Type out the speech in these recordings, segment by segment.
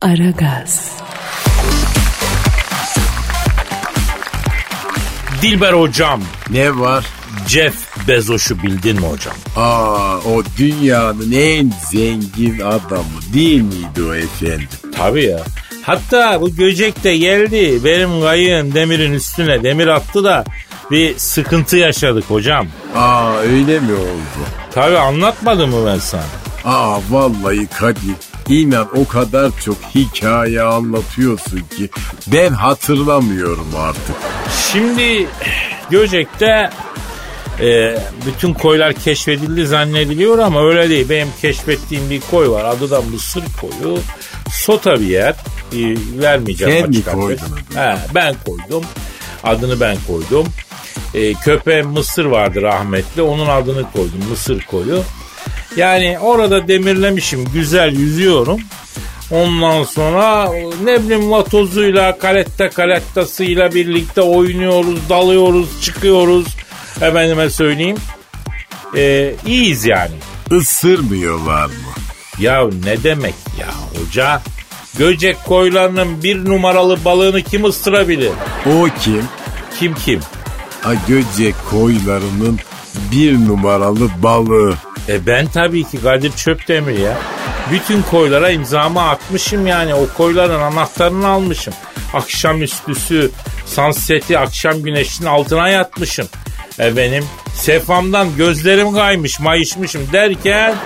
Aragaz. Dilber hocam. Ne var? Jeff Bezos'u bildin mi hocam? O dünyanın en zengin adamı değil miydi o efendim? Tabii ya. Hatta bu Göcek de geldi. Benim kayığım demirin üstüne demir attı da bir sıkıntı yaşadık hocam. Öyle mi oldu? Tabii anlatmadım mı ben sana? Vallahi Kadir, inan o kadar çok hikaye anlatıyorsun ki ben hatırlamıyorum artık. Şimdi Göcek'te bütün koylar keşfedildi zannediliyor ama öyle değil. Benim keşfettiğim bir koy var. Adı da Mısır koyu. Sota bir yer. Vermeyeceğim. Sen mi koydun adını? Ben koydum. Adını ben koydum. Köpeğim Mısır vardı rahmetli. Onun adını koydum. Mısır koyu. Yani orada demirlemişim. Güzel yüzüyorum. Ondan sonra ne bileyim vatozuyla, kalettasıyla birlikte oynuyoruz, dalıyoruz, çıkıyoruz. Efendime söyleyeyim. İyiyiz yani. Isırmıyorlar mı? Ya ne demek ya hoca? Göcek koylarının 1 numaralı balığını kim ısırabilir? O kim? Kim? Göcek koylarının 1 numaralı balığı. Ben tabii ki Kadir Çöpdemir ya. Bütün koylara imzamı atmışım yani. O koyların anahtarını almışım. Akşamüstüsü sunseti akşam güneşinin altına yatmışım. Benim sefamdan gözlerim kaymış, mayışmışım derken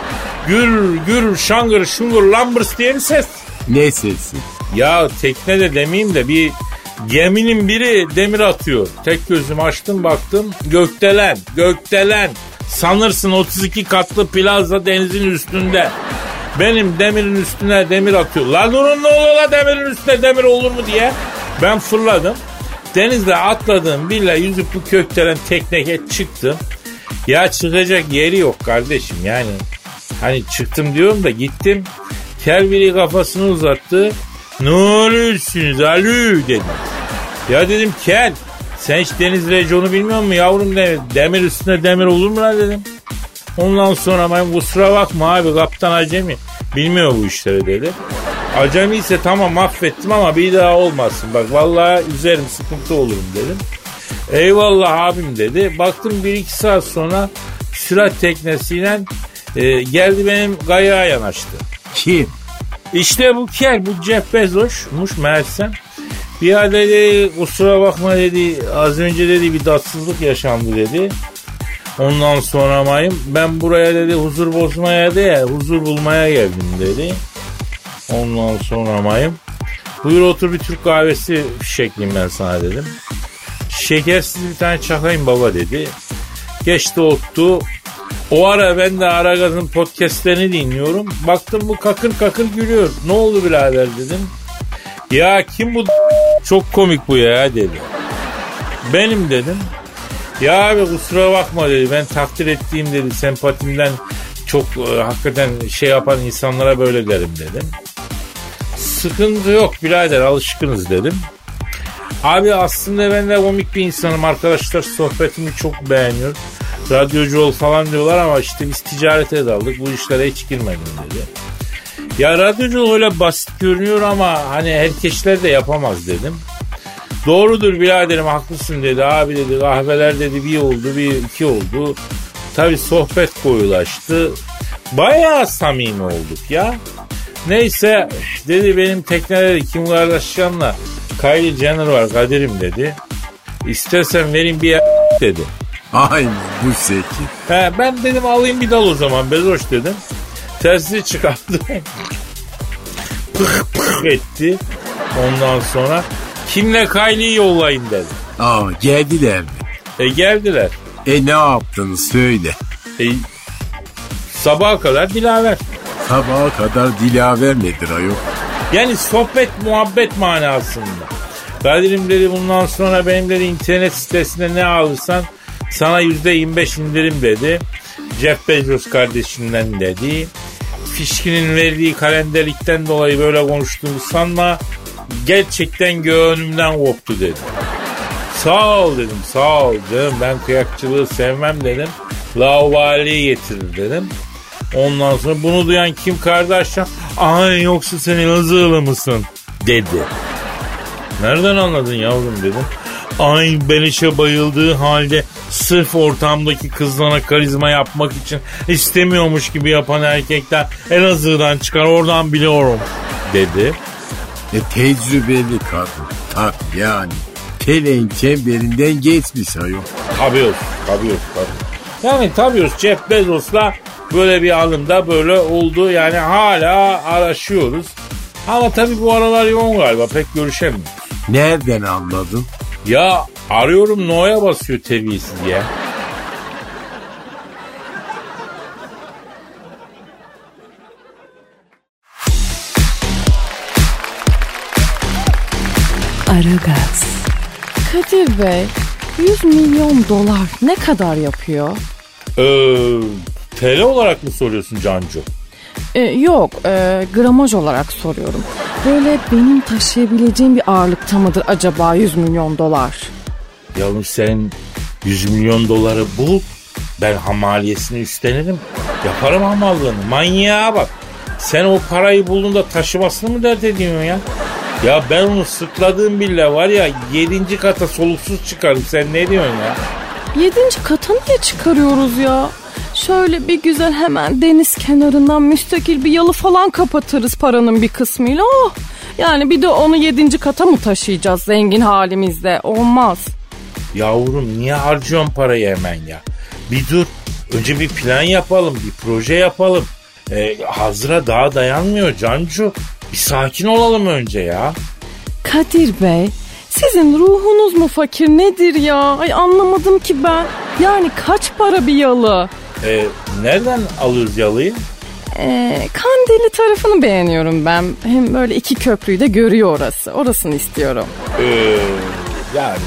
gür şangır şungur lambırs diye bir ses. Ne sesi? Ya teknede demeyeyim de bir geminin biri demir atıyor. Tek gözümü açtım baktım gökdelen. Sanırsın 32 katlı plaza denizin üstünde. Benim demirin üstüne demir atıyor. La durun ne oluyor la demirin üstüne demir olur mu diye. Ben fırladım. Denizde atladım. Billa yüzüp bu kökdelen tekneye çıktım. Ya çıkacak yeri yok kardeşim yani. Hani çıktım diyorum da gittim. Kel biri kafasını uzattı. Ne oluyorsunuz alü dedi. Ya dedim kel. Sen hiç deniz rejonu bilmiyor musun yavrum dedim. Demir üstüne demir olur mu lan dedim. Ondan sonra ben kusura bakma abi kaptan acemi. Bilmiyor bu işleri dedi. Acemi ise tamam affettim ama bir daha olmasın. Bak vallahi üzerim sıkıntı olurum dedim. Eyvallah abim dedi. Baktım 1-2 saat sonra sürat teknesiyle geldi benim kayığa yanaştı. Kim? İşte bu kel bu Jeff Bezos'muş meğersem. Bir ara dedi kusura bakma dedi az önce dedi bir tatsızlık yaşandı dedi. Ondan sonra mayım ben buraya dedi huzur bozmaya değil huzur bulmaya geldim dedi. Ondan sonra mayım buyur otur bir Türk kahvesi şekliyim ben sana dedim. Şekersiz bir tane çakayım baba dedi. Geçti ottu. O ara ben de Aragaz'ın podcastlerini dinliyorum. Baktım bu kakır gülüyor. Ne oldu birader dedim. Ya kim bu çok komik bu ya dedi. Benim dedim. Ya abi kusura bakma dedi. Ben takdir ettiğim dedi. Sempatimden çok hakikaten şey yapan insanlara böyle derim dedim. Sıkıntı yok birader alışkınız dedim. Abi aslında ben de komik bir insanım. Arkadaşlar sohbetimi çok beğeniyor. Radyocu ol falan diyorlar ama işte biz ticarete daldık. Bu işlere hiç girmedim dedi. Ya radyocu öyle basit görünüyor ama hani herkesler de yapamaz dedim. Doğrudur biraderim haklısın dedi. Abi dedi kahveler dedi bir oldu bir iki oldu. Tabii sohbet koyulaştı. Bayağı samimi olduk ya. Neyse dedi benim teknede Kim Kardashian'la Kylie Jenner var Kadir'im dedi. İstersen vereyim bir dedi. Aynen bu seki. Ben dedim alayım bir dal o zaman Bezos dedim. Tersi çıkardı. Pıh etti. Ondan sonra kimle Kylie'yi yollayın dedi. Geldiler mi? Geldiler. Ne yaptınız söyle. Sabaha kadar dilaver. Sabaha kadar dilaver nedir ayol? Yani sohbet muhabbet manasında. Kadir'im dedi bundan sonra benim dedi internet sitesinde ne alırsan sana %25 indirim dedi. Jeff Bezos kardeşinden dedi. Fişkinin verdiği kalenderlikten dolayı böyle konuştuğumu sanma. Gerçekten gönlümden koptu dedi. Sağ ol dedim sağ ol canım ben kıyakçılığı sevmem dedim. Laubali'yi getirir dedim. Ondan sonra bunu duyan Kim Kardashian ay yoksa sen Elazığlı mısın dedi. Nereden anladın yavrum dedim. Ay ben işe bayıldığı halde sırf ortamdaki kızlarına karizma yapmak için istemiyormuş gibi yapan erkekler Elazığ'dan çıkar oradan biliyorum dedi. Tecrübeli kadın. Tabii yani. Teleğin çemberinden geçmiş ayol. Tabii. Yani tabii Jeff Bezos'la böyle bir alımda böyle oldu. Yani hala araşıyoruz. Ama tabii bu aralar yoğun galiba pek görüşemiyoruz. Nereden anladın? Ya arıyorum no'ya basıyor terbiyesiz ya. Aragaz. Kadir Bey, 100 milyon dolar ne kadar yapıyor? TL olarak mı soruyorsun Cancu? Yok, gramaj olarak soruyorum. Böyle benim taşıyabileceğim bir ağırlıkta mıdır acaba 100 milyon dolar? Yavrum sen 100 milyon doları bul. Ben hamaliyesini üstlenirim. Yaparım hamallığını. Manyağa bak. Sen o parayı bulduğunda taşımasını mı dert ediyorsun ya? Ya ben onu sırtladığım bile var ya 7. kata soluksuz çıkarım. Sen ne diyorsun ya? 7. kata niye çıkarıyoruz ya? Şöyle bir güzel hemen deniz kenarından müstakil bir yalı falan kapatırız paranın bir kısmıyla. Oh! Yani bir de onu 7. kata mı taşıyacağız zengin halimizde? Olmaz. Yavrum niye harcıyorsun parayı hemen ya? Bir dur. Önce bir plan yapalım. Bir proje yapalım. Hazıra daha dayanmıyor Cancu. Bir sakin olalım önce ya. Kadir Bey, sizin ruhunuz mu fakir nedir ya? Ay anlamadım ki ben. Yani kaç para bir yalı? Nereden alıyoruz yalıyı? Kandilli tarafını beğeniyorum ben. Hem böyle 2 köprüyü de görüyor orası. Orasını istiyorum. Yani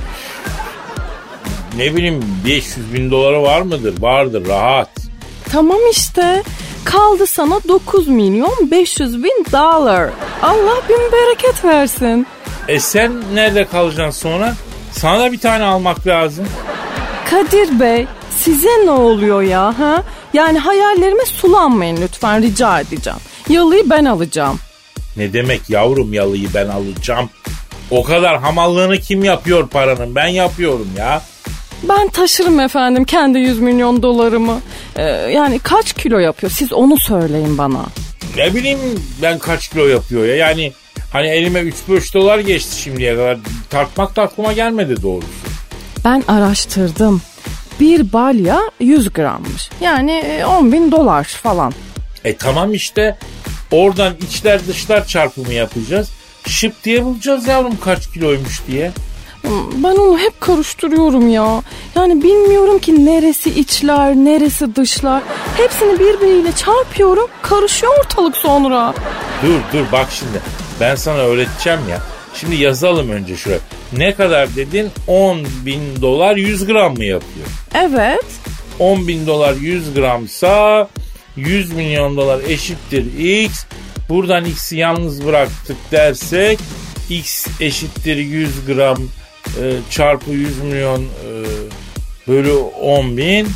ne bileyim 500 bin doları var mıdır? Vardır rahat. Tamam işte. Kaldı sana 9 milyon 500 bin dolar. Allah bin bereket versin. Sen nerede kalacaksın sonra? Sana da bir tane almak lazım. Kadir Bey, size ne oluyor ya? Ha? Yani hayallerime sulanmayın lütfen rica edeceğim. Yalıyı ben alacağım. Ne demek yavrum yalıyı ben alacağım? O kadar hamallığını kim yapıyor paranın? Ben yapıyorum ya. Ben taşırım efendim kendi 100 milyon dolarımı. Yani kaç kilo yapıyor? Siz onu söyleyin bana. Ne bileyim ben kaç kilo yapıyor ya. Yani hani elime 3-5 dolar geçti şimdiye kadar. Tartmak da aklıma gelmedi doğrusu. Ben araştırdım. Bir balya 100 grammış. Yani 10 bin dolar falan. Tamam işte. Oradan içler dışlar çarpımı yapacağız. Şıp diye bulacağız yavrum kaç kiloymuş diye. Ben onu hep karıştırıyorum ya. Yani bilmiyorum ki neresi içler, neresi dışlar. Hepsini birbiriyle çarpıyorum. Karışıyor ortalık sonra. Dur bak şimdi. Ben sana öğreteceğim ya. Şimdi yazalım önce şuraya. Ne kadar dedin? 10 bin dolar 100 gram mı yapıyor? Evet. 10 bin dolar 100 gramsa 100 milyon dolar eşittir X. Buradan X'i yalnız bıraktık dersek X eşittir 100 gram çarpı 100 milyon bölü 10 bin.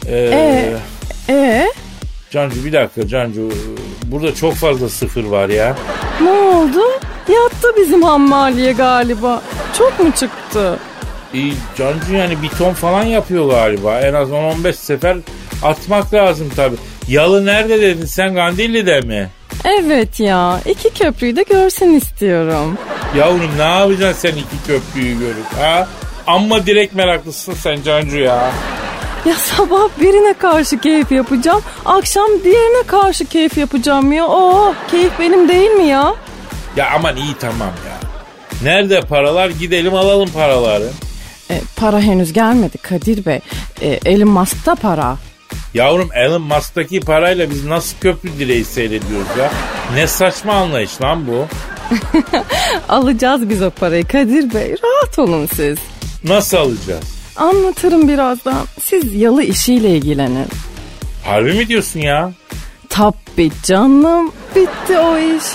Cancu bir dakika Cancu. Burada çok fazla sıfır var ya. Ne oldu? Yattı bizim hammaliye galiba. Çok mu çıktı? Cancu yani bir ton falan yapıyor galiba. En az 10-15 sefer atmak lazım tabii. Yalı nerede dedin sen, Kandilli'de mi? Evet ya, 2 köprüyü de görsen istiyorum. Yavrum ne yapacaksın sen 2 köprüyü görüp ha? Amma direkt meraklısın sen Cancu ya. Ya sabah birine karşı keyif yapacağım, akşam diğerine karşı keyif yapacağım ya. Oh, keyif benim değil mi ya? Ya aman iyi tamam ya. Nerede paralar? Gidelim alalım paraları. Para henüz gelmedi Kadir Bey. Elon Musk'ta para. Yavrum Elon Musk'taki parayla biz nasıl köprü direği seyrediyoruz ya? Ne saçma anlayış lan bu? Alacağız biz o parayı Kadir Bey. Rahat olun siz. Nasıl alacağız? Anlatırım birazdan. Siz yalı işiyle ilgilenin. Harbi mi diyorsun ya? Tabii canım. Bitti o iş.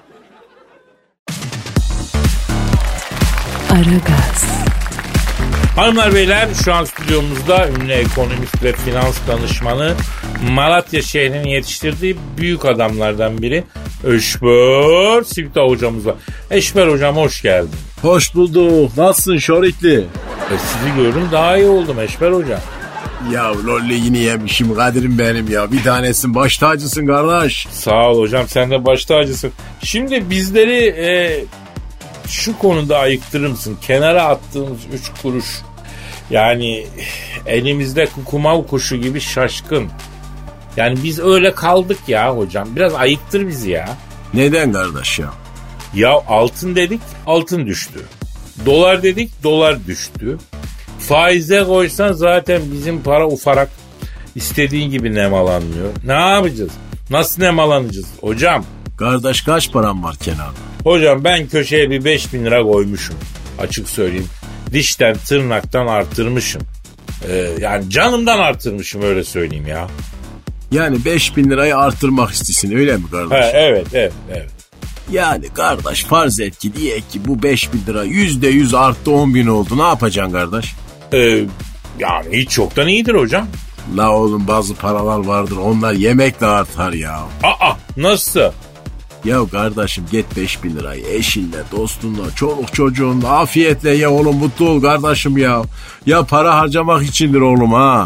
Aragaz. Hanımlar beyler, şu an stüdyomuzda ünlü ekonomist ve finans danışmanı, Malatya şehrinin yetiştirdiği büyük adamlardan biri Eşber Sivita hocamız var. Eşber hocam, hoş geldin. Hoş bulduk. Nasılsın Şorikli? Sizi gördüm, daha iyi oldum Eşber hocam. Ya lolle yine yemişim Kadir'im benim ya. Bir tanesin, baş tacısın kardeş. Sağ ol hocam, sen de baş tacısın. Şimdi bizleri şu konuda ayıktırır mısın? Kenara attığımız 3 kuruş, yani elimizde kukumav kuşu gibi şaşkın. Yani biz öyle kaldık ya hocam. Biraz ayıktır bizi ya. Neden kardeş ya? Ya altın dedik, altın düştü. Dolar dedik, dolar düştü. Faize koysan zaten bizim para ufarak istediğin gibi nemalanmıyor. Ne yapacağız? Nasıl nemalanacağız hocam? Kardeş kaç param var kenarda? Hocam ben köşeye bir 5.000 lira koymuşum. Açık söyleyeyim. Dişten tırnaktan artırmışım. Yani canımdan artırmışım, öyle söyleyeyim ya. Yani 5.000 lirayı artırmak istesin, öyle mi kardeş? Evet. Yani kardeş farz et ki diye ki bu 5.000 lira %100 arttı, 10.000 oldu. Ne yapacaksın kardeş? Yani hiç yoktan iyidir hocam. La oğlum, bazı paralar vardır, onlar yemekle artar ya. Nasıl? Ya kardeşim git 5.000 lirayı eşinle, dostunla, çoluk çocuğunla afiyetle ye oğlum, mutlu ol kardeşim ya. Ya para harcamak içindir oğlum ha.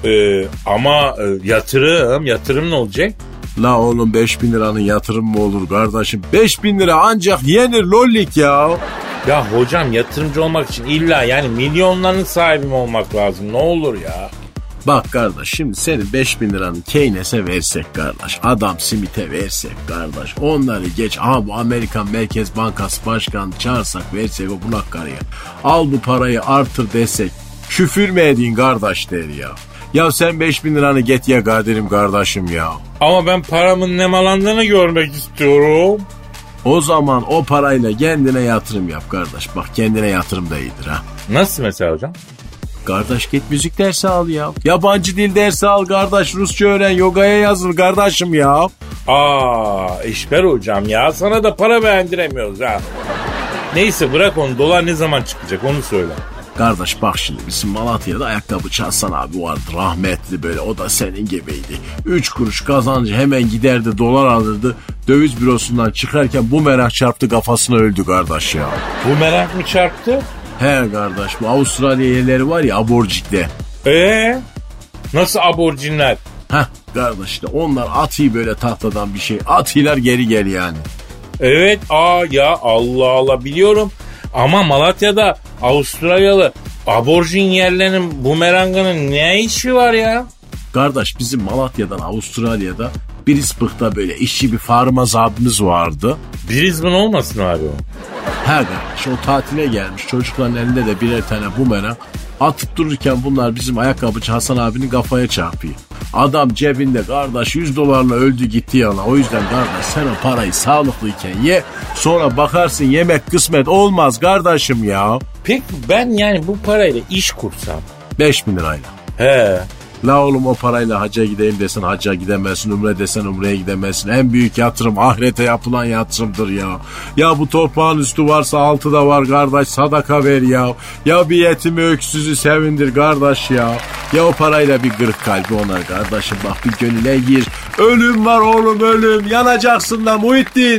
Ama yatırım ne olacak? La oğlum 5.000 liranın yatırım mı olur kardeşim? 5.000 lira ancak yenir lollik ya. Ya hocam, yatırımcı olmak için illa yani milyonların sahibi mi olmak lazım? Ne olur ya. Bak kardeş, şimdi senin 5.000 liranın Keynes'e versek kardeş, Adam Smith'e versek kardeş, onları geç, bu Amerikan Merkez Bankası Başkanı çağırsak, versek o bunak karıya, al bu parayı artır desek, küfür mü edin kardeş der ya. Ya sen 5.000 liranı get ya Kadir'im kardeşim ya. Ama ben paramın nemalandığını görmek istiyorum. O zaman o parayla kendine yatırım yap kardeş. Bak, kendine yatırım da iyidir ha. Nasıl mesela hocam? Kardeş git müzik dersi al ya. Yabancı dil dersi al kardeş. Rusça öğren, yogaya yazıl kardeşim ya. Eşber hocam ya, sana da para beğendiremiyoruz ha. Neyse bırak onu, dolar ne zaman çıkacak onu söyle. Kardeş bak, şimdi bizim Malatya'da ayakkabıcı Hasan abi vardı, rahmetli böyle, o da senin gibiydi. 3 kuruş kazancı hemen giderdi, dolar alırdı. Döviz bürosundan çıkarken bu merak çarptı kafasına, öldü kardeş ya. Bu merak mı çarptı? He kardeş, bu Avustralya yerleri var ya, aborjikler. Nasıl aborjinler? Kardeş işte onlar atıyı böyle tahtadan bir şey, atıylar geri gel yani. Evet ya Allah Allah, biliyorum. Ama Malatya'da Avustralyalı aborjin yerlerinin bumerangının ne işi var ya? Kardeş bizim Malatya'dan Avustralya'da Brisbane'da böyle işçi bir farmaz abimiz vardı. Brisbane olmasın abi o? He kardeş, o tatile gelmiş, çocukların elinde de birer tane bumerang. Atıp dururken bunlar bizim ayakkabıcı Hasan abinin kafaya çarpıyor. Adam cebinde kardeş $100 öldü gitti yana. O yüzden kardeş sen o parayı sağlıklıyken ye, sonra bakarsın yemek kısmet olmaz kardeşim ya. Peki ben yani bu parayla iş kursam? 5.000 lirayla. He. La oğlum o parayla hacca gideyim desen hacca gidemezsin, umre desen umreye gidemezsin. En büyük yatırım ahirete yapılan yatırımdır ya. Ya bu toprağın üstü varsa altı da var kardeş, sadaka ver ya. Ya bir yetimi öksüzü sevindir kardeş ya. Ya o parayla bir kırık kalbi onar kardeşim, bak bir gönüle gir. Ölüm var oğlum, ölüm, yanacaksın da Muhittin.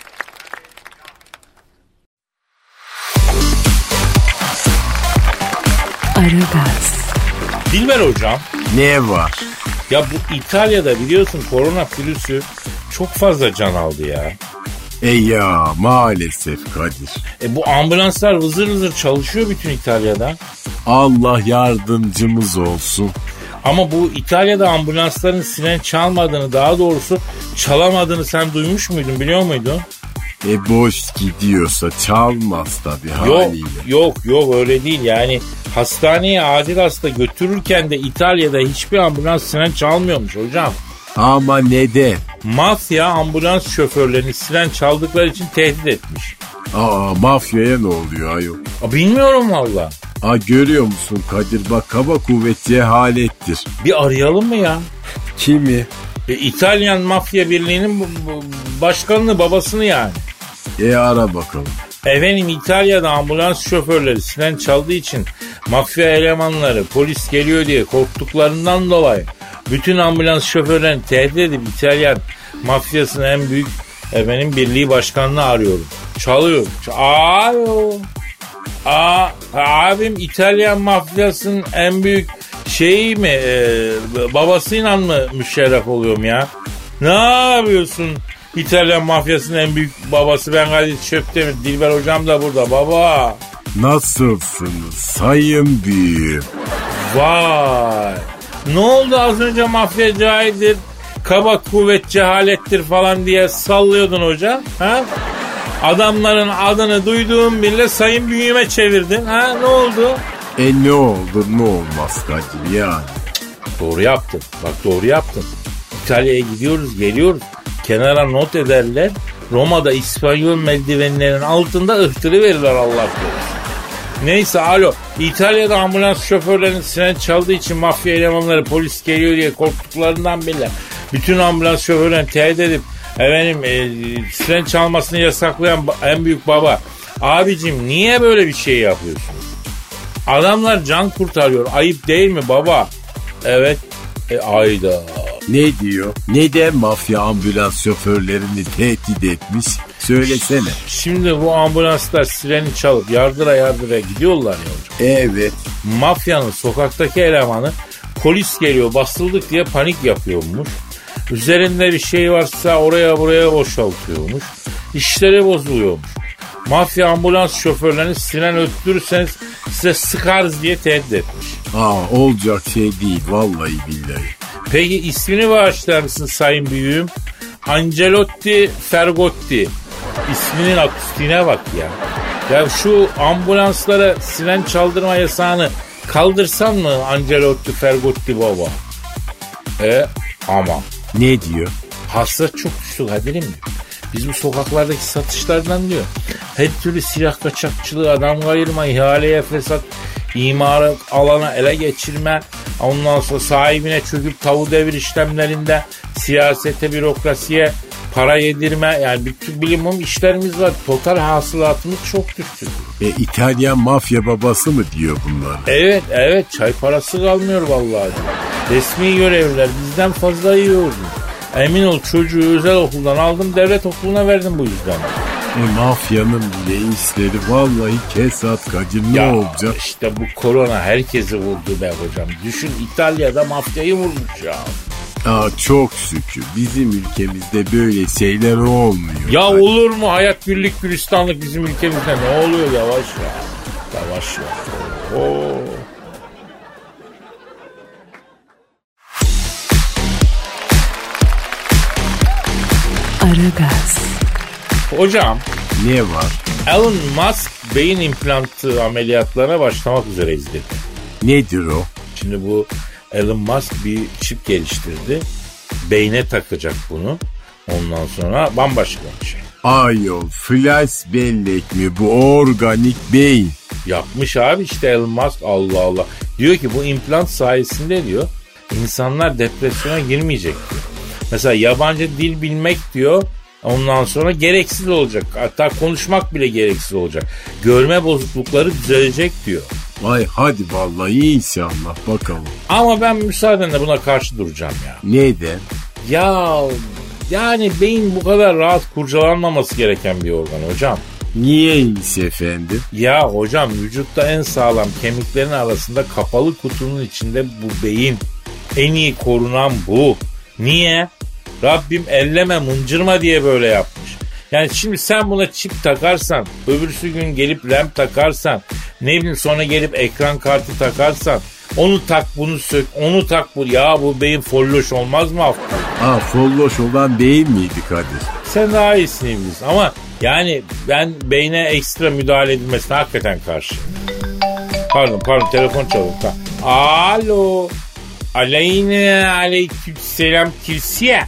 Aragaz. Dilber hocam. Ne var? Ya bu İtalya'da biliyorsun koronavirüsü çok fazla can aldı ya. Ya maalesef Kadir. Bu ambulanslar vızır vızır çalışıyor bütün İtalya'da. Allah yardımcımız olsun. Ama bu İtalya'da ambulansların siren çalmadığını, daha doğrusu çalamadığını sen duymuş muydun, biliyor muydun? Boş gidiyorsa çalmaz tabii haliyle. Yok öyle değil yani. Hastaneye acil hasta götürürken de İtalya'da hiçbir ambulans siren çalmıyormuş hocam. Ama neden? Mafya ambulans şoförlerini siren çaldıkları için tehdit etmiş. Mafyaya ne oluyor ayol? Bilmiyorum valla. Görüyor musun Kadir, bak kaba kuvvet cehalettir. Bir arayalım mı ya? Kimi? İtalyan Mafya Birliği'nin başkanını, babasını yani. Ara bakalım. Efendim, İtalya'da ambulans şoförleri siren çaldığı için Mafya elemanları polis geliyor diye korktuklarından dolayı bütün ambulans şoförlerini tehdit edip İtalyan mafyasının en büyük birliği başkanını arıyorum. Çalıyor. Alo. Abim İtalyan mafyasının en büyük şeyi mi babasıyla mı müşerref oluyorum ya? Ne yapıyorsun? İtalyan mafyasının en büyük babası ben Kadir Çöptemir. Dilber hocam da burada baba. Nasılsınız sayın büyüğüm? Vay. Ne oldu az önce mafya cahildir, kaba kuvvet cehalettir falan diye sallıyordun hocam? Ha? Adamların adını duyduğum bile sayın büyüğüme çevirdin. Ha ne oldu? Ne olur ne olmaz Kadir yani. Doğru yaptın. Bak doğru yaptın. İtalya'ya gidiyoruz geliyoruz. Kenara not ederler. Roma'da İspanyol merdivenlerin altında ıhtırı verirler Allah korusun. Neyse alo. İtalya'da ambulans şoförlerinin siren çaldığı için mafya elemanları polis geliyor diye korktuklarından bile bütün ambulans şoförlerini tehdit edip siren çalmasını yasaklayan en büyük baba. Abicim niye böyle bir şey yapıyorsunuz? Adamlar can kurtarıyor. Ayıp değil mi baba? Evet. Ayda. Ne diyor? Neden mafya ambulans şoförlerini tehdit etmiş? Söylesene. Şimdi bu ambulanslar sireni çalıp yardıra gidiyorlar ya hocam. Evet. Mafyanın sokaktaki elemanı polis geliyor basıldık diye panik yapıyormuş. Üzerinde bir şey varsa oraya buraya boşaltıyormuş. İşleri bozuluyormuş. Mafya ambulans şoförlerini siren öttürürseniz size sıkarız diye tehdit etmiş. Olacak şey değil vallahi billahi. Peki ismini bağışlar mısın sayın büyüğüm? Angelotti Fergotti. İsminin akustiğine bak ya. Ya şu ambulanslara siren çaldırma yasağını kaldırsan mı Angelotti Fergotti baba? Ama. Ne diyor? Hasret çok düştü Kadir'im diyor. Biz bu sokaklardaki satışlardan diyor. Her türlü silah kaçakçılığı, adam kayırma, ihaleye fesat, imarı alana ele geçirme, ondan sonra sahibine çöküp tavu devir işlemlerinde siyasete, bürokrasiye para yedirme, yani bütün minimum işlerimiz var. Total hasılatımız çok düştü. İtalyan mafya babası mı diyor bunlar? Evet çay parası kalmıyor vallahi. Resmi görevliler bizden fazla yiyordu. Emin ol çocuğu özel okuldan aldım devlet okuluna verdim bu yüzden. Mafyanın reisleri vallahi kesat Kadir ne olacak? İşte bu korona herkesi vurdu be hocam. Düşün İtalya'da mafyayı vurmuş ya. Çok şükür bizim ülkemizde böyle şeyler olmuyor. Ya olur mu hayat güllük gülistanlık bizim ülkemizde ne oluyor yavaş ya. Yavaş ya. Aragaz. Hocam. Ne var? Elon Musk beyin implantı ameliyatlarına başlamak üzereyiz dedi. Nedir o? Şimdi bu Elon Musk bir çip geliştirdi. Beyne takacak bunu. Ondan sonra bambaşka bir şey. Ayol flash bellek mi bu organik beyin? Yapmış abi işte Elon Musk Allah Allah. Diyor ki bu implant sayesinde diyor insanlar depresyona girmeyecek diyor. Mesela yabancı dil bilmek diyor ondan sonra gereksiz olacak. Hatta konuşmak bile gereksiz olacak. Görme bozuklukları düzelecek diyor. Ay hadi vallahi inşallah bakalım. Ama ben müsaadenle buna karşı duracağım ya. Neden? Ya yani beyin bu kadar rahat kurcalanmaması gereken bir organ hocam. Niyeymiş efendim? Ya hocam vücutta en sağlam kemiklerin arasında kapalı kutunun içinde bu beyin. En iyi korunan bu. Niye? Rabbim elleme mıncırma diye böyle yapmış. Yani şimdi sen buna çip takarsan, öbürsü gün gelip RAM takarsan, ne bileyim sonra gelip ekran kartı takarsan, onu tak bunu sök, onu tak bu. Ya bu beyin folloş olmaz mı? Folloş olan beyin miydi Kadir? Sen daha iyisini bilirsin ama yani ben beyne ekstra müdahale edilmesine hakikaten karşıyım. Pardon telefon çalıyor. Alo. Aleykümselam kimsiye.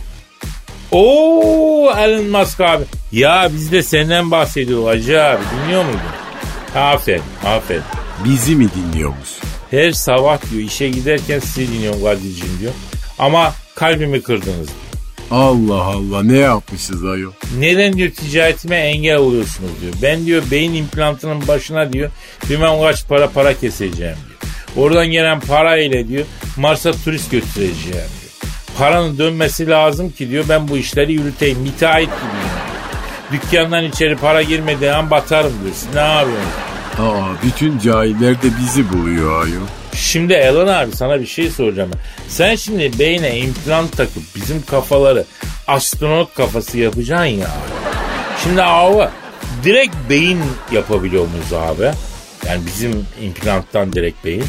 Elon Musk abi. Ya biz de senden bahsediyoruz Hacı abi. Dinliyor muydun? Aferin. Bizi mi dinliyormuş? Her sabah diyor işe giderken sizi dinliyorum Kadir'cim diyor. Ama kalbimi kırdınız diyor. Allah Allah ne yapmışız ayol? Neden diyor ticaretime engel oluyorsunuz diyor. Ben diyor beyin implantının başına diyor bilmem kaç para keseceğim diyor. Oradan gelen para ile diyor Mars'a turist götüreceğim diyor. Paranın dönmesi lazım ki diyor ben bu işleri yürüteyim. Müteahhit gibiyim. Dükkandan içeri para girmediği an batarım diyor. Siz ne yapıyorsunuz? Bütün cahiller de bizi buluyor ayol. Şimdi Elon abi sana bir şey soracağım. Sen şimdi beyne implant takıp bizim kafaları astronot kafası yapacaksın ya. Şimdi abi direkt beyin yapabiliyor muyuz abi? Yani bizim implanttan direkt beyin.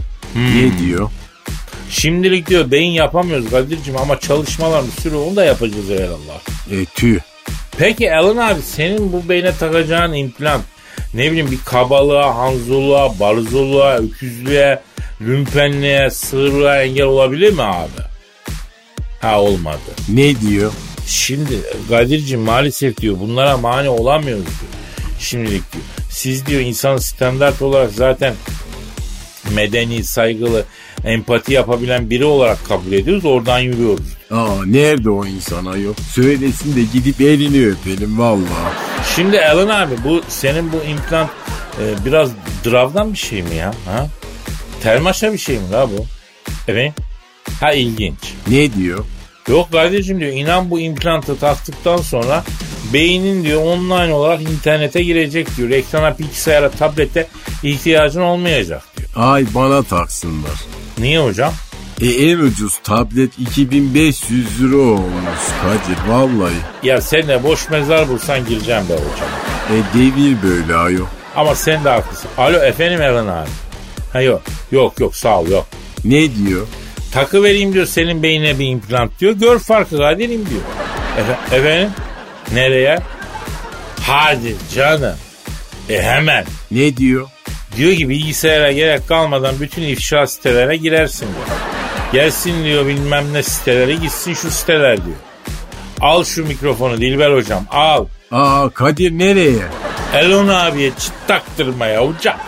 Ne diyor? Şimdilik diyor beyin yapamıyoruz Kadir'cim ama çalışmalarını sürüyor onu da yapacağız eyvallah. Tüh. Peki Elon abi senin bu beyne takacağın implant ne bileyim bir kabalığa, hanzoluğa, barzoluğa, öküzlüğe, lümpenliğe, sığırlığa engel olabilir mi abi? Ha olmadı. Ne diyor? Şimdi Kadir'cim maalesef diyor bunlara mani olamıyoruz diyor. Şimdilik diyor. Siz diyor insan standart olarak zaten medeni, saygılı, empati yapabilen biri olarak kabul ediyoruz. Oradan yürüyoruz. Nerede o insan ayol? Söylesin de gidip elini öpelim vallahi. Şimdi Elon abi bu senin bu implant biraz dravdan bir şey mi ya? Ha? Termaşa bir şey mi la bu? Evet. Ha ilginç. Ne diyor? Yok kardeşim diyor inan bu implantı taktıktan sonra beynin diyor online olarak internete girecek diyor. Ekrana, bilgisayara, tablete ihtiyacın olmayacak diyor. Ay bana taksınlar. Niye hocam? En ucuz tablet 2500 lira olmuş Kadir vallahi. Ya sen de boş mezar bulsan gireceğim be hocam. Devir böyle ayol. Ama sen de haklısın. Alo efendim Elon abi. Ha yok sağ ol yok. Ne diyor? Takı vereyim diyor senin beynine bir implant diyor. Gör farkı Kadir'im diyor. Efendim? Nereye? Hadi canım. Hemen. Ne diyor? Diyor ki bilgisayara gerek kalmadan bütün ifşa sitelere girersin diyor. Gelsin diyor bilmem ne sitelere gitsin şu siteler diyor. Al şu mikrofonu Dilber hocam al. Kadir nereye? Elon abiye çıt taktırmaya hocam.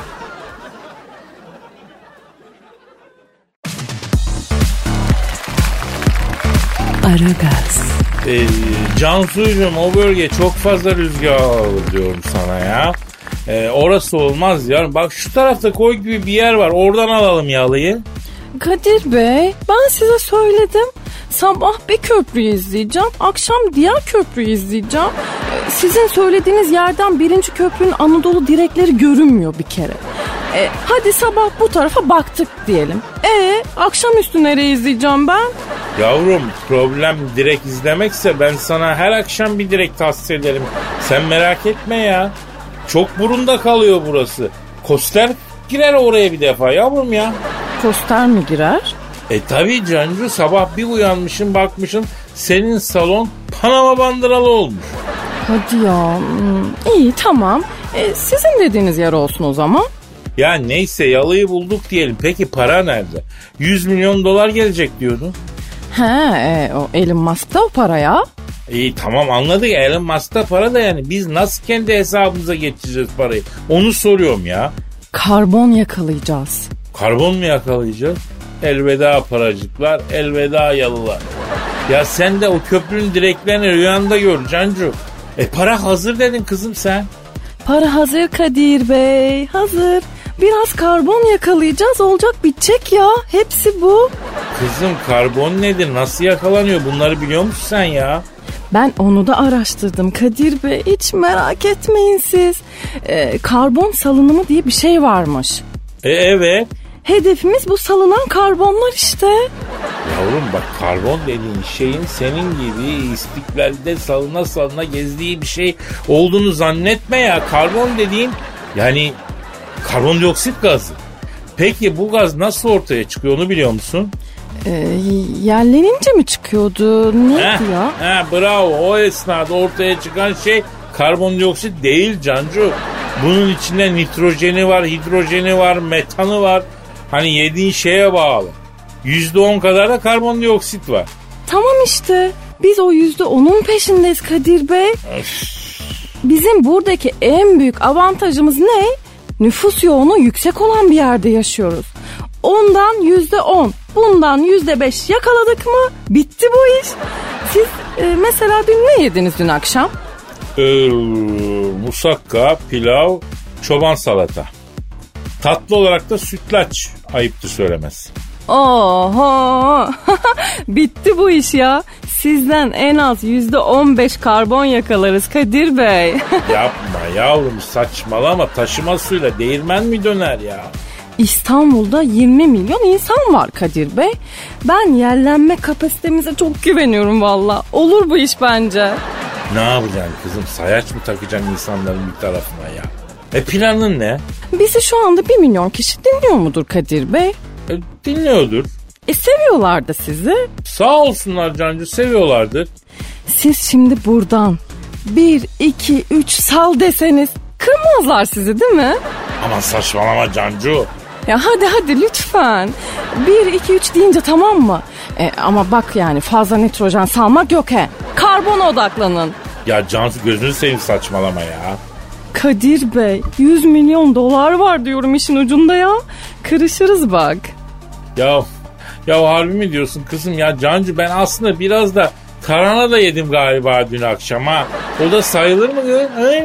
Aragaz. Cansu'cum o bölge çok fazla rüzgar alır diyorum sana ya. Orası olmaz ya. Bak şu tarafta koy gibi bir yer var. Oradan alalım yalıyı. Kadir Bey ben size söyledim. Sabah bir köprüyü izleyeceğim. Akşam diğer köprüyü izleyeceğim. Sizin söylediğiniz yerden birinci köprünün Anadolu direkleri görünmüyor bir kere. Hadi sabah bu tarafa baktık diyelim. Akşamüstü nereye izleyeceğim ben? Yavrum problem direkt izlemekse ben sana her akşam bir direkt tahsis ederim. Sen merak etme ya. Çok burunda kalıyor burası. Koster girer oraya bir defa yavrum ya. Koster mi girer? Tabii Cancu sabah bir uyanmışım bakmışım senin salon Panama bandıralı olmuş. Hadi ya. İyi tamam. Sizin dediğiniz yer olsun o zaman. Ya neyse yalıyı bulduk diyelim. Peki para nerede? 100 milyon dolar gelecek diyordun. O Elon Musk'ta o para ya. İyi tamam anladık Elon Musk'ta para da yani biz nasıl kendi hesabımıza geçireceğiz parayı? Onu soruyorum ya. Karbon yakalayacağız. Karbon mu yakalayacağız? Elveda paracıklar, elveda yalılar. Ya sen de o köprünün direklerini rüyanda gör Cancu. Para hazır dedin kızım sen. Para hazır Kadir Bey, hazır. Biraz karbon yakalayacağız, olacak bitecek ya. Hepsi bu. Kızım karbon nedir, nasıl yakalanıyor bunları biliyor musun sen ya? Ben onu da araştırdım Kadir Bey, hiç merak etmeyin siz. Karbon salınımı diye bir şey varmış. Evet. Hedefimiz bu salınan karbonlar işte. Yavrum bak karbon dediğin şeyin senin gibi istiklalde salına salına gezdiği bir şey olduğunu zannetme ya. Karbon dediğin yani karbondioksit gazı. Peki bu gaz nasıl ortaya çıkıyor onu biliyor musun? Yerlenince mi çıkıyordu? Neydi ya? Bravo, o esnada ortaya çıkan şey karbondioksit değil Cancu. Bunun içinde nitrojeni var, hidrojeni var, metanı var. Hani yediğin şeye bağlı. %10 kadar da karbondioksit var. Tamam işte. Biz o %10'un peşindeyiz Kadir Bey. Bizim buradaki en büyük avantajımız ne? Nüfus yoğunluğu yüksek olan bir yerde yaşıyoruz. Ondan %10, bundan %5 yakaladık mı bitti bu iş. Siz mesela dün ne yediniz dün akşam? Musakka, pilav, çoban salata. Tatlı olarak da sütlaç Ayıptır söylemez. Oho bitti bu iş ya. Sizden en az %15 karbon yakalarız Kadir Bey. Yapma yavrum, saçmalama, taşıma suyla değirmen mi döner ya? İstanbul'da 20 milyon insan var Kadir Bey. Ben yerlenme kapasitemize çok güveniyorum valla. Olur bu iş bence. Ne yapacaksın kızım, sayaç mı takacaksın insanların bir tarafına ya? Planın ne? Bizi şu anda 1 milyon kişi dinliyor mudur Kadir Bey? Dinliyordur. Seviyorlar da sizi. Sağ olsunlar Cancu, seviyorlardır. Siz şimdi buradan 1, 2, 3 sal deseniz kırmazlar sizi değil mi? Aman saçmalama Cancu. Ya hadi lütfen. 1, 2, 3 deyince tamam mı? Ama bak yani fazla nitrojen salmak yok he. Karbona odaklanın. Ya Cansu gözünü seveyim, saçmalama ya. Kadir Bey 100 milyon dolar var diyorum işin ucunda ya. Kırışırız bak. Ya harbi mi diyorsun kızım ya? Cancu, ben aslında biraz da tarhana da yedim galiba dün akşam ha. O da sayılır mı kızım? He?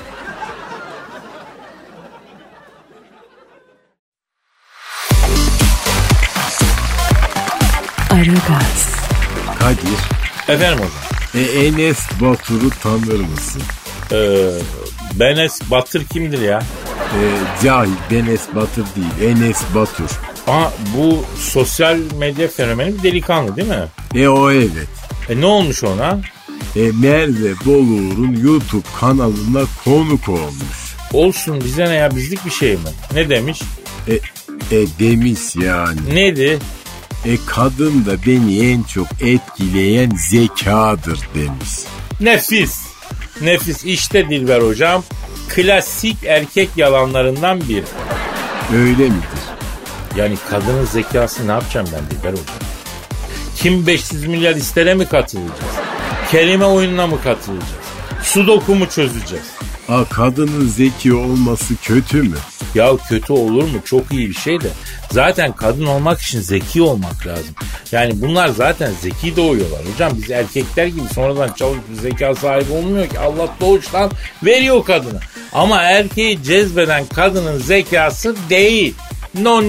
Aragaz. Kadir. Efendim hocam. Enes Batur'u tanır mısın? Benes Batır kimdir ya? Cahil, Enes Batur değil, Enes Batur. Bu sosyal medya fenomeni bir delikanlı değil mi? O evet. Ne olmuş ona? Merve Boluğur'un YouTube kanalına konuk olmuş. Olsun, bize ne ya, bizlik bir şey mi? Ne demiş? Demiş yani. Neydi? Kadın da beni en çok etkileyen zekadır demiş. Nefis işte Dilber hocam. Klasik erkek yalanlarından biri. Öyle midir? Yani kadının zekası ne yapacağım ben Dilber hocam? Kim 500 milyar istere mi katılacağız? Kelime oyununa mı katılacağız? Sudoku mu çözeceğiz? Kadının zeki olması kötü mü? Ya kötü olur mu? Çok iyi bir şey de. Zaten kadın olmak için zeki olmak lazım. Yani bunlar zaten zeki doğuyorlar. Hocam biz erkekler gibi sonradan çalışıp zeka sahibi olmuyor ki. Allah doğuştan veriyor kadına. Ama erkeği cezbeden kadının zekası değil. No.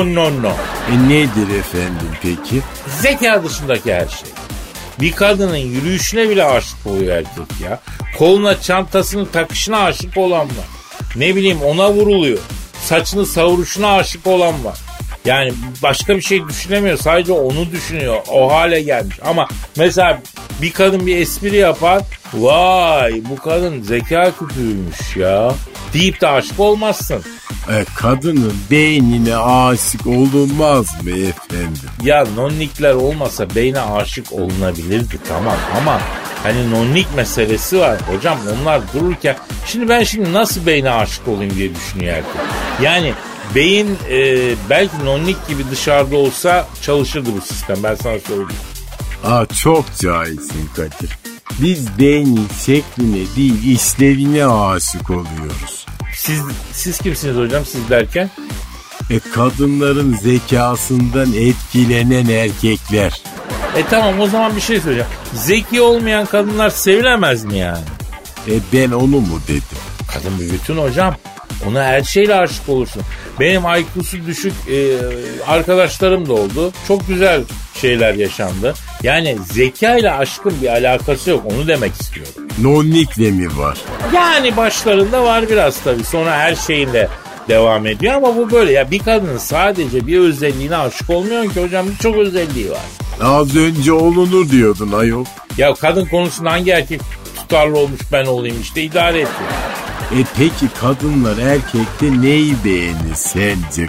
Nedir efendim peki? Zeka dışındaki her şey. Bir kadının yürüyüşüne bile aşık oluyor erkek ya. Koluna çantasını takışına aşık olan var. Ne bileyim, ona vuruluyor. Saçını savuruşuna aşık olan var. Yani başka bir şey düşünemiyor. Sadece onu düşünüyor. O hale gelmiş. Ama mesela bir kadın bir espri yapar. Vay, bu kadın zeka küpüymüş ya deyip de aşık olmazsın. Kadının beynine aşık olunmaz mı efendim? Ya nonnikler olmasa beyne aşık olunabilirdi tamam, ama hani nonnik meselesi var hocam, onlar dururken şimdi nasıl beyne aşık olayım diye düşünüyor erkek. Yani beyin belki nonnik gibi dışarıda olsa çalışırdı bu sistem, ben sana söyleyeyim. Çok cahilsin Kadir. Biz beynin şekline değil işlevine aşık oluyoruz. Siz kimsiniz hocam, siz derken? Kadınların zekasından etkilenen erkekler. Tamam, o zaman bir şey söyleyeceğim. Zeki olmayan kadınlar sevilemez mi yani? Ben onu mu dedim? Kadın bir bütün hocam. Ona her şeyle aşık olursun. Benim IQ'su düşük arkadaşlarım da oldu. Çok güzel şeyler yaşandı. Yani zeka ile aşkın bir alakası yok. Onu demek istiyorum. Nonnikle mi var? Yani başlarında var biraz tabii. Sonra her şeyle devam ediyor ama bu böyle. Ya bir kadının sadece bir özelliğine aşık olmuyor ki hocam. Birçok özelliği var. Az önce olunur diyordun ayol. Ya kadın konusunda hangi erkek tutarlı olmuş ben olayım, işte idare et. Peki kadınlar erkekte neyi beğenir sence?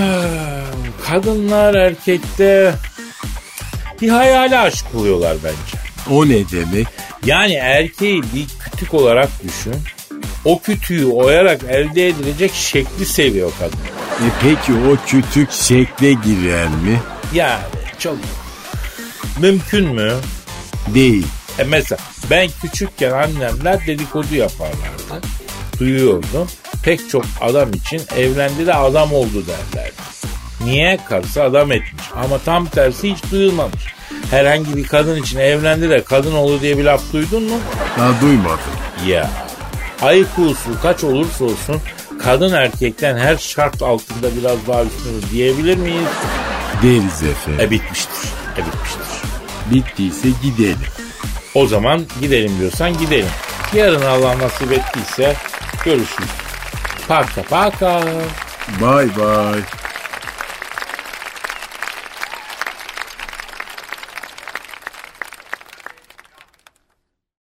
Kadınlar erkekte bir hayale aşık oluyorlar bence. O ne demek? Yani erkeği bir kütük olarak düşün. O kütüğü oyarak elde edilecek şekli seviyor kadın. Peki o kütük şekle girer mi? Yani çok mümkün mü? Değil. Mesela ben küçükken annemler dedikodu yaparlardı. Duyuyordum. Pek çok adam için evlendi de adam oldu derlerdi. Niye? Karısı adam etmiş. Ama tam tersi hiç duyulmamış. Herhangi bir kadın için evlendi de kadın oldu diye bir laf duydun mu? Duymadım. Ya. IQ'su kaç olursa olsun kadın erkekten her şart altında biraz daha üstünüz diyebilir miyiz? Deriz efendim. Bitmiştir. Bittiyse gidelim. O zaman gidelim diyorsan gidelim. Yarın Allah nasip ettiyse görüşürüz. Paka. Bye bye.